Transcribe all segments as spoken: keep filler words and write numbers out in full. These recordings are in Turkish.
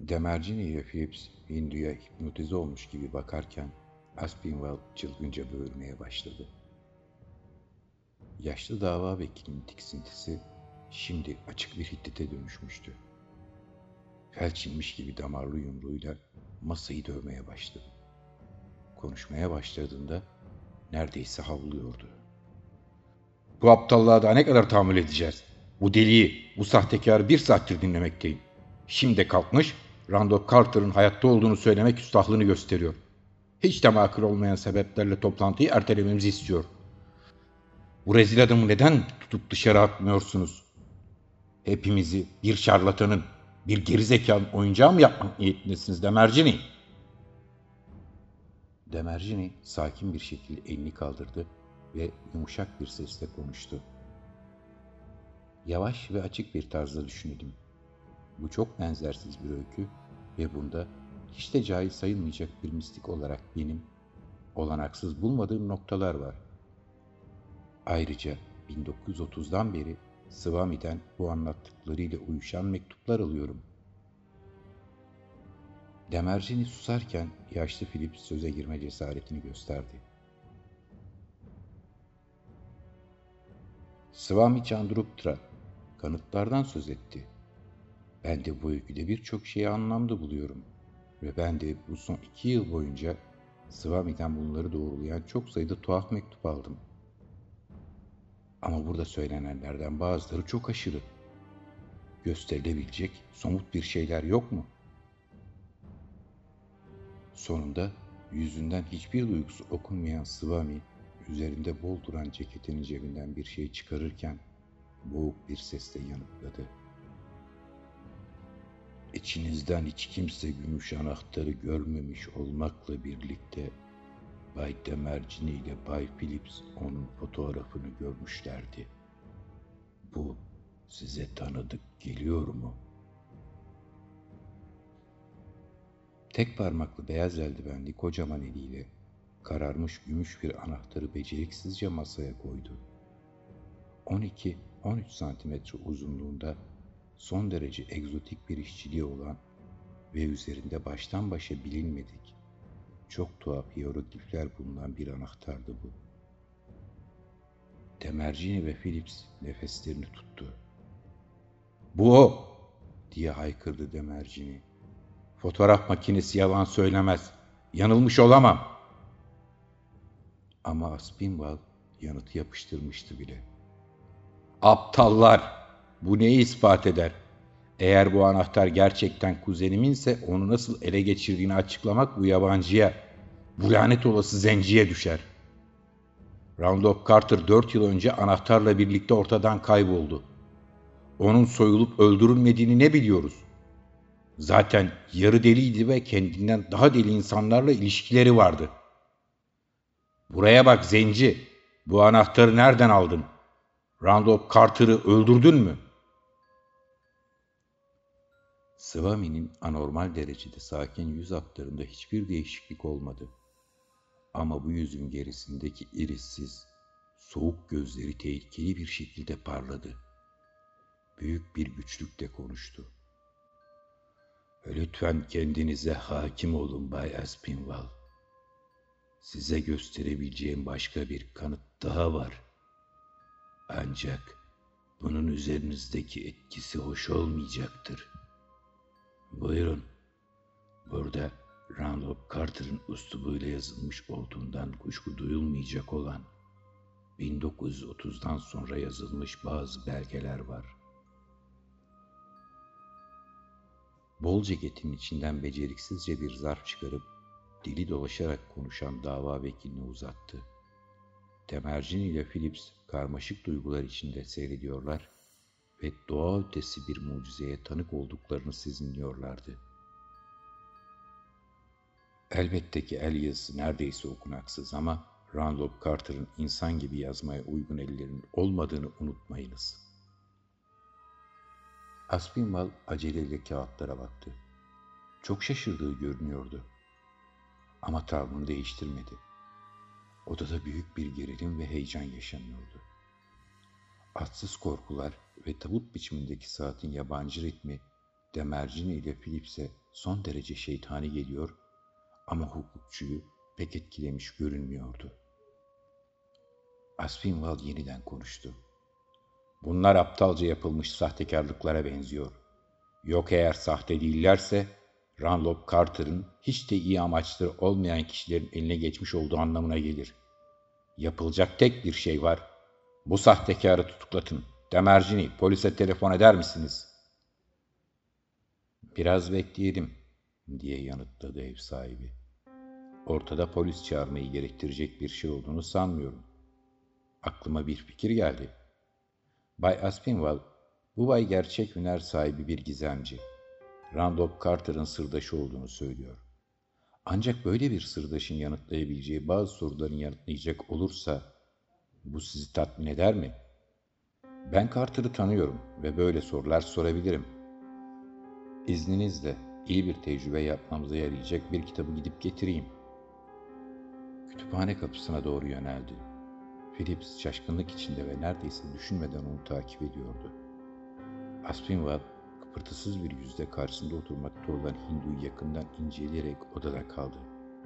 Demercini ile Phillips Hindu'ya hipnotize olmuş gibi bakarken Aspinwall çılgınca böğürmeye başladı. Yaşlı dava vekilinin tiksintisi şimdi açık bir hiddete dönüşmüştü. Felç inmiş gibi damarlı yumruğuyla masayı dövmeye başladı. Konuşmaya başladığında neredeyse havlıyordu. Bu aptallığa daha ne kadar tahammül edeceğiz? Bu deliği, bu sahtekarı bir saattir dinlemekteyim. Şimdi kalkmış, Randolph Carter'ın hayatta olduğunu söylemek üstahlığını gösteriyor. Hiç de makul olmayan sebeplerle toplantıyı ertelememizi istiyor. Bu rezil adamı neden tutup dışarı atmıyorsunuz? Hepimizi bir şarlatanın, bir gerizekanın oyuncağı mı yapmak niyetindesiniz Demercini? Demercini sakin bir şekilde elini kaldırdı ve yumuşak bir sesle konuştu. Yavaş ve açık bir tarzda düşünelim. Bu çok benzersiz bir öykü ve bunda hiç de cahil sayılmayacak bir mistik olarak benim olanaksız bulmadığım noktalar var. Ayrıca bin dokuz yüz otuzdan beri Swami'den bu anlattıklarıyla uyuşan mektuplar alıyorum. Demercini susarken yaşlı Philip söze girme cesaretini gösterdi. Swami Chandrugupta kanıtlardan söz etti. Ben de bu öyküde birçok şeyi anlamlı buluyorum ve ben de bu son iki yıl boyunca Swami'den bunları doğrulayan çok sayıda tuhaf mektup aldım. Ama burada söylenenlerden bazıları çok aşırı. Gösterilebilecek somut bir şeyler yok mu? Sonunda yüzünden hiçbir duygusu okunmayan Swami, üzerinde bol duran ceketinin cebinden bir şey çıkarırken boğuk bir sesle yanıtladı. İçinizden hiç kimse gümüş anahtarı görmemiş olmakla birlikte Bay Demercini ile Bay Phillips onun fotoğrafını görmüşlerdi. Bu size tanıdık geliyor mu? Tek parmaklı beyaz eldivenli kocaman eliyle kararmış gümüş bir anahtarı beceriksizce masaya koydu. on iki on üç santimetre uzunluğunda son derece egzotik bir işçiliği olan ve üzerinde baştan başa bilinmedik, çok tuhaf hieroglifler bulunan bir anahtardı bu. Demercini ve Phillips nefeslerini tuttu. "Bu o!" diye haykırdı Demercini. "Fotoğraf makinesi yalan söylemez. Yanılmış olamam." Ama Aspinwall yanıtı yapıştırmıştı bile. "Aptallar! Bu neyi ispat eder? Eğer bu anahtar gerçekten kuzeniminse onu nasıl ele geçirdiğini açıklamak bu yabancıya, bu lanet olası zenciye düşer. Randolph Carter dört yıl önce anahtarla birlikte ortadan kayboldu. Onun soyulup öldürülmediğini ne biliyoruz? Zaten yarı deliydi ve kendinden daha deli insanlarla ilişkileri vardı. Buraya bak zenci, bu anahtarı nereden aldın? Randolph Carter'ı öldürdün mü?" Swami'nin anormal derecede sakin yüz hatlarında hiçbir değişiklik olmadı. Ama bu yüzün gerisindeki irissiz, soğuk gözleri tehlikeli bir şekilde parladı. Büyük bir güçlükle konuştu. "Lütfen kendinize hakim olun Bay Aspinwall. Size gösterebileceğim başka bir kanıt daha var. Ancak bunun üzerinizdeki etkisi hoş olmayacaktır. Buyurun. Burada Randolph Carter'ın üslubuyla yazılmış olduğundan kuşku duyulmayacak olan bin dokuz yüz otuzdan sonra yazılmış bazı belgeler var." Bol ceketin içinden beceriksizce bir zarf çıkarıp dili dolaşarak konuşan dava vekiline uzattı. Demercini ile Phillips karmaşık duygular içinde seyrediyorlar ve doğa ötesi bir mucizeye tanık olduklarını sezinliyorlardı. Elbette ki el yazısı neredeyse okunaksız ama Randolph Carter'ın insan gibi yazmaya uygun ellerinin olmadığını unutmayınız. Aspinwall aceleyle kağıtlara baktı. Çok şaşırdığı görünüyordu. Ama tavrını değiştirmedi. Odada büyük bir gerilim ve heyecan yaşanıyordu. Atsız korkular ve tabut biçimindeki saatin yabancı ritmi Demercini ile Phillips'e son derece şeytani geliyor ama hukukçuyu pek etkilemiş görünmüyordu. Aspinwall yeniden konuştu. Bunlar aptalca yapılmış sahtekarlıklara benziyor. Yok eğer sahte değillerse, Randolph Carter'ın hiç de iyi amaçları olmayan kişilerin eline geçmiş olduğu anlamına gelir. Yapılacak tek bir şey var. Bu sahtekarı tutuklatın. Demercini, polise telefon eder misiniz? Biraz bekleyelim, diye yanıtladı ev sahibi. Ortada polis çağırmayı gerektirecek bir şey olduğunu sanmıyorum. Aklıma bir fikir geldi. Bay Aspinwall, bu bay gerçek hüner sahibi bir gizemci. Randolph Carter'ın sırdaşı olduğunu söylüyor. Ancak böyle bir sırdaşın yanıtlayabileceği bazı soruların yanıtlayacak olursa, bu sizi tatmin eder mi? Ben Carter'ı tanıyorum ve böyle sorular sorabilirim. İzninizle iyi bir tecrübe yapmamıza yarayacak bir kitabı gidip getireyim. Kütüphane kapısına doğru yöneldi. Phillips şaşkınlık içinde ve neredeyse düşünmeden onu takip ediyordu. Aspinwall kıpırtısız bir yüzle karşısında oturmakta olan Hindu'yu yakından inceleyerek odada kaldı.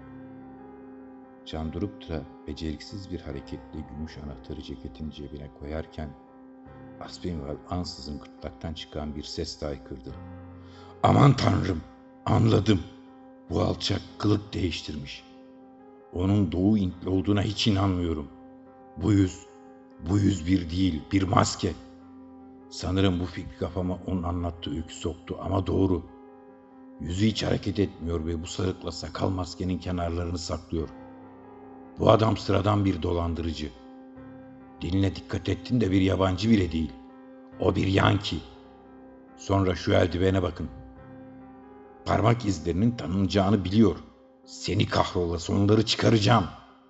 Can durup da beceriksiz bir hareketle gümüş anahtarı ceketin cebine koyarken Aspinwall ansızın gırtlaktan çıkan bir sesle haykırdı. Aman tanrım, anladım. Bu alçak kılık değiştirmiş. Onun Doğu Hintli olduğuna hiç inanmıyorum. Bu yüz, bu yüz bir değil, bir maske. Sanırım bu fikri kafama onun anlattığı öykü soktu ama doğru. Yüzü hiç hareket etmiyor ve bu sarıkla sakal maskenin kenarlarını saklıyor. Bu adam sıradan bir dolandırıcı. Diline dikkat ettim de bir yabancı bile değil. O bir Yanki. Sonra şu eldivene bakın. Parmak izlerinin tanınacağını biliyor. Seni kahrolası, onları çıkaracağım.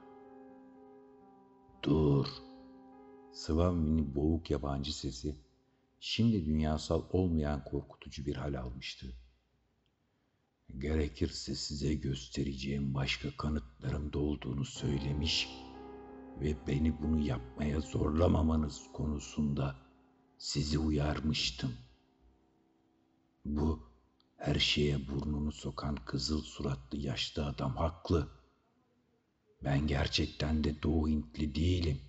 Dur. Swami'nin boğuk yabancı sesi şimdi dünyasal olmayan korkutucu bir hal almıştı. Gerekirse size göstereceğim başka kanıtlarım da olduğunu söylemiş ve beni bunu yapmaya zorlamamanız konusunda sizi uyarmıştım. Bu her şeye burnunu sokan kızıl suratlı yaşlı adam haklı. Ben gerçekten de Doğu Hintli değilim.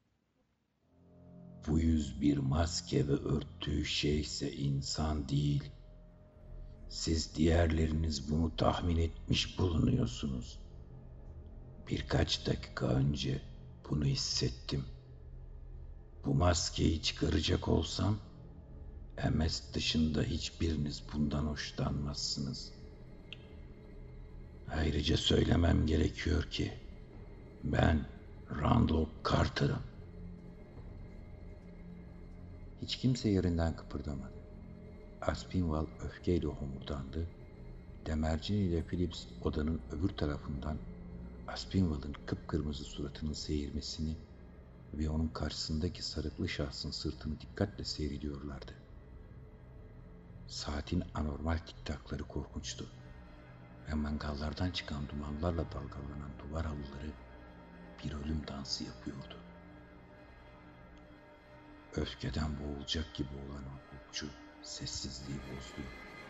Bu yüz bir maske ve örttüğü şeyse insan değil. Siz diğerleriniz bunu tahmin etmiş bulunuyorsunuz. Birkaç dakika önce bunu hissettim. Bu maskeyi çıkaracak olsam, M S dışında hiçbiriniz bundan hoşlanmazsınız. Ayrıca söylemem gerekiyor ki, ben Randolph Carter'ım. Hiç kimse yerinden kıpırdamadı. Aspinwall öfkeyle homurdandı. Demercini ile Phillips odanın öbür tarafından Aspinwall'ın kıpkırmızı suratının seyirmesini ve onun karşısındaki sarıklı şahsın sırtını dikkatle seyrediyorlardı. Saatin anormal tiktakları korkunçtu ve mangallardan çıkan dumanlarla dalgalanan duvar halıları bir ölüm dansı yapıyordu. Öfkeden boğulacak gibi olan hukukçu sessizliği bozdu.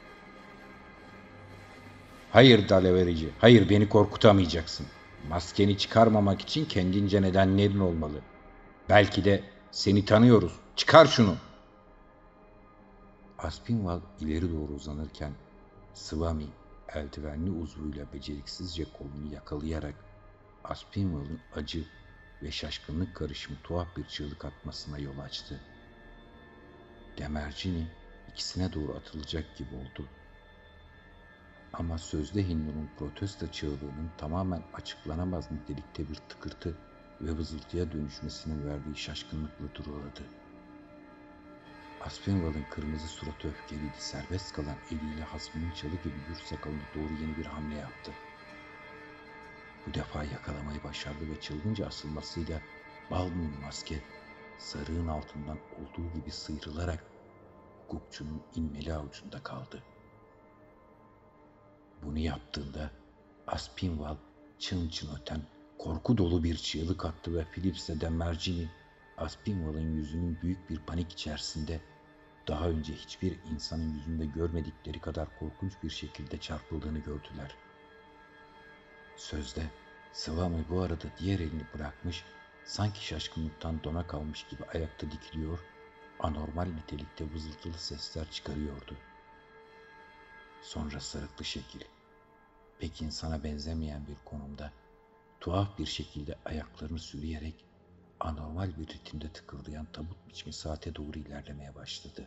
Hayır dalaverici, hayır beni korkutamayacaksın. Maskeni çıkarmamak için kendince nedenlerin olmalı. Belki de seni tanıyoruz. Çıkar şunu. Aspinwall ileri doğru uzanırken Swami eldivenli uzvuyla beceriksizce kolunu yakalayarak Aspinwall'ın acı ve şaşkınlık karışımı tuhaf bir çığlık atmasına yol açtı. Demercini ikisine doğru atılacak gibi oldu. Ama sözde Hindu'nun protesto çığlığının tamamen açıklanamaz nitelikte bir tıkırtı ve vızıltıya dönüşmesinin verdiği şaşkınlıkla duruladı. Aspinwall'ın kırmızı suratı öfkeliydi. Serbest kalan eliyle hasmının çalı gibi gür sakalına doğru yeni bir hamle yaptı. Bu defa yakalamayı başardı ve çılgınca asılmasıyla bal mumu maske sarığın altından olduğu gibi sıyrılarak hukukçunun inmeli avucunda kaldı. Bunu yaptığında Aspinwall çın çın öten korku dolu bir çığlık attı ve Phillips'e Demercini Aspinwall'ın yüzünün büyük bir panik içerisinde daha önce hiçbir insanın yüzünde görmedikleri kadar korkunç bir şekilde çarpıldığını gördüler. Sözde Swami bu arada diğer elini bırakmış, sanki şaşkınlıktan dona kalmış gibi ayakta dikiliyor, anormal nitelikte vızıltılı sesler çıkarıyordu. Sonra sarıklı şekil, pek insana benzemeyen bir konumda, tuhaf bir şekilde ayaklarını sürüyerek anormal bir ritimde tıkırdayan tabut biçimi saate doğru ilerlemeye başladı.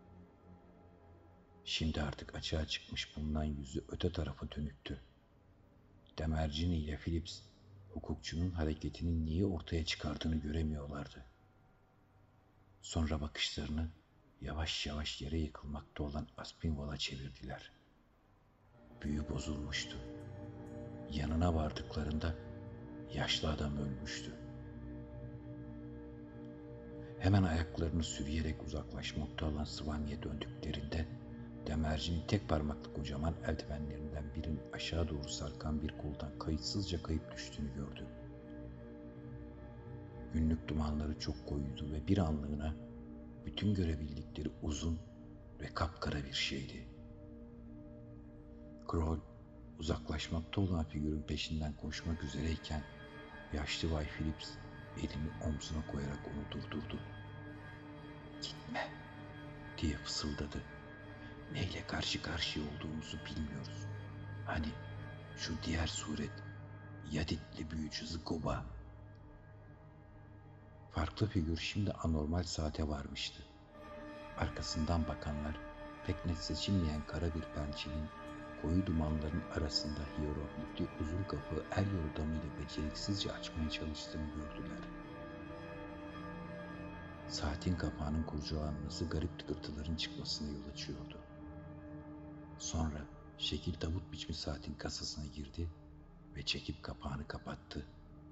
Şimdi artık açığa çıkmış bulunan yüzü öte tarafa dönüktü. Demercini ile Phillips, hukukçunun hareketinin neyi ortaya çıkardığını göremiyorlardı. Sonra bakışlarını yavaş yavaş yere yıkılmakta olan Aspinwall'a çevirdiler. Büyü bozulmuştu. Yanına vardıklarında yaşlı adam ölmüştü. Hemen ayaklarını sürüyerek uzaklaşmakta olan Swami'ye döndüklerinde demercinin tek parmaklı kocaman eldivenlerinden birinin aşağı doğru sarkan bir koldan kayıtsızca kayıp düştüğünü gördü. Günlük dumanları çok koyuydu ve bir anlığına bütün görebildikleri uzun ve kapkara bir şeydi. Kroll uzaklaşmakta olan figürün peşinden koşmak üzereyken yaşlı Bay Phillips elini omzuna koyarak onu durdurdu. "Gitme," diye fısıldadı. "Neyle karşı karşıya olduğumuzu bilmiyoruz. Hani şu diğer suret, Yaditli büyücü Zgoba." Farklı figür şimdi anormal saate varmıştı. Arkasından bakanlar pek net seçilmeyen kara bir pençenin koyu dumanların arasında hieroglifli uzun kapı el yordamıyla beceriksizce açmaya çalıştığını gördüler. Saatin kapağının kurcalanması garip tıkırtıların çıkmasına yol açıyordu. Sonra şekil tabut biçimi saatin kasasına girdi ve çekip kapağını kapattı.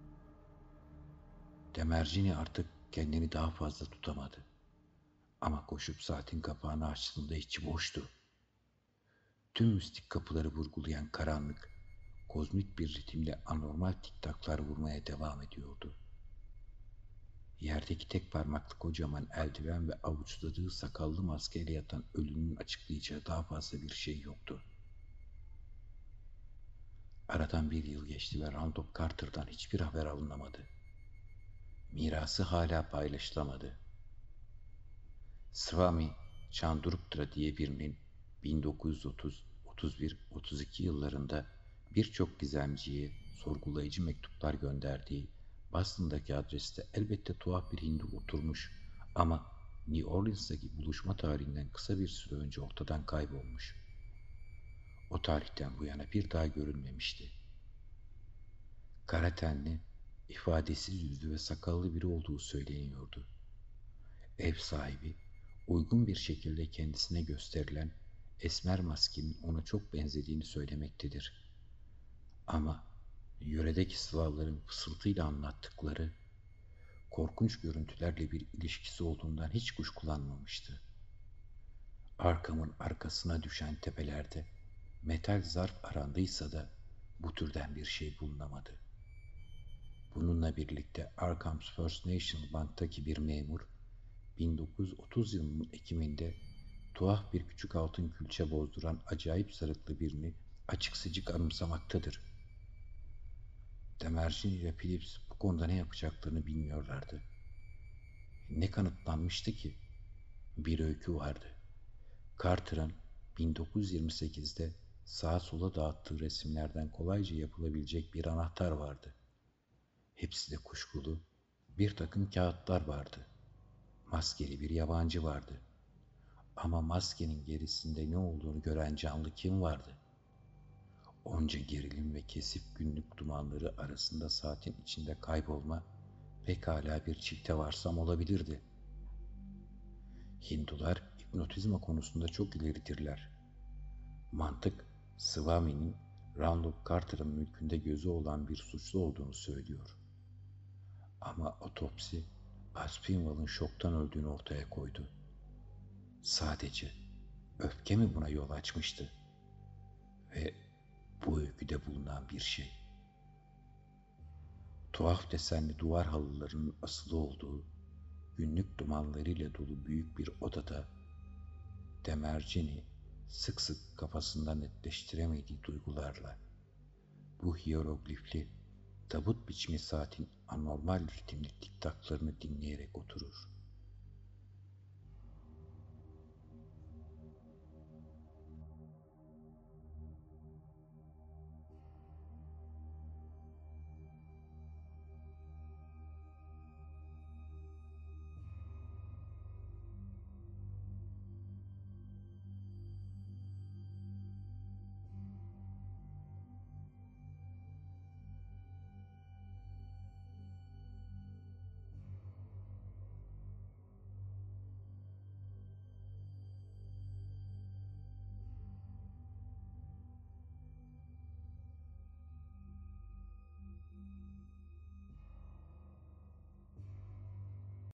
Demercini artık kendini daha fazla tutamadı. Ama koşup saatin kapağını açtığında içi boştu. Tüm mistik kapıları vurgulayan karanlık, kozmik bir ritimle anormal tiktaklar vurmaya devam ediyordu. Yerdeki tek parmaklı kocaman eldiven ve avuçladığı sakallı maskeyle yatan ölünün açıklayacağı daha fazla bir şey yoktu. Aradan bir yıl geçti ve Randolph Carter'dan hiçbir haber alınamadı. Mirası hala paylaşılamadı. Swami Chandrugupta diye birinin bin dokuz yüz otuz, otuz bir, otuz iki yıllarında birçok gizemciye sorgulayıcı mektuplar gönderdiği Boston'daki adreste elbette tuhaf bir Hindu oturmuş ama New Orleans'taki buluşma tarihinden kısa bir süre önce ortadan kaybolmuş. O tarihten bu yana bir daha görülmemişti. Kara tenli, ifadesiz yüzlü ve sakallı biri olduğu söyleniyordu. Ev sahibi, uygun bir şekilde kendisine gösterilen esmer maskenin ona çok benzediğini söylemektedir. Ama yöredeki Slavların fısıltıyla anlattıkları korkunç görüntülerle bir ilişkisi olduğundan hiç kuşkulanmamıştı. Arkham'ın arkasına düşen tepelerde metal zarf arandıysa da bu türden bir şey bulunamadı. Bununla birlikte Arkham's First National Bank'taki bir memur bin dokuz yüz otuz yılının Ekim'inde tuhaf bir küçük altın külçe bozduran acayip sarıklı birini açık seçik anımsamaktadır. Demercini ile Phillips bu konuda ne yapacaklarını bilmiyorlardı. Ne kanıtlanmıştı ki? Bir öykü vardı. Carter'ın bin dokuz yüz yirmi sekizde sağa sola dağıttığı resimlerden kolayca yapılabilecek bir anahtar vardı. Hepsi de kuşkulu, bir takım kağıtlar vardı. Maskeli bir yabancı vardı. Ama maskenin gerisinde ne olduğunu gören canlı kim vardı? Onca gerilim ve kesip günlük dumanları arasında saatin içinde kaybolma pekala bir çifte varsam olabilirdi. Hindular hipnotizma konusunda çok ileridirler. Mantık, Swami'nin Randolph Carter'ın mülkünde gözü olan bir suçlu olduğunu söylüyor. Ama otopsi, Aspinwall'ın şoktan öldüğünü ortaya koydu. Sadece öfke mi buna yol açmıştı? Ve bu öyküde bulunan bir şey. Tuhaf desenli duvar halılarının asılı olduğu, günlük dumanlarıyla dolu büyük bir odada Demercini sık sık kafasında netleştiremediği duygularla bu hieroglifli tabut biçimi saatin anormal ritimli tiktaklarını dinleyerek oturur.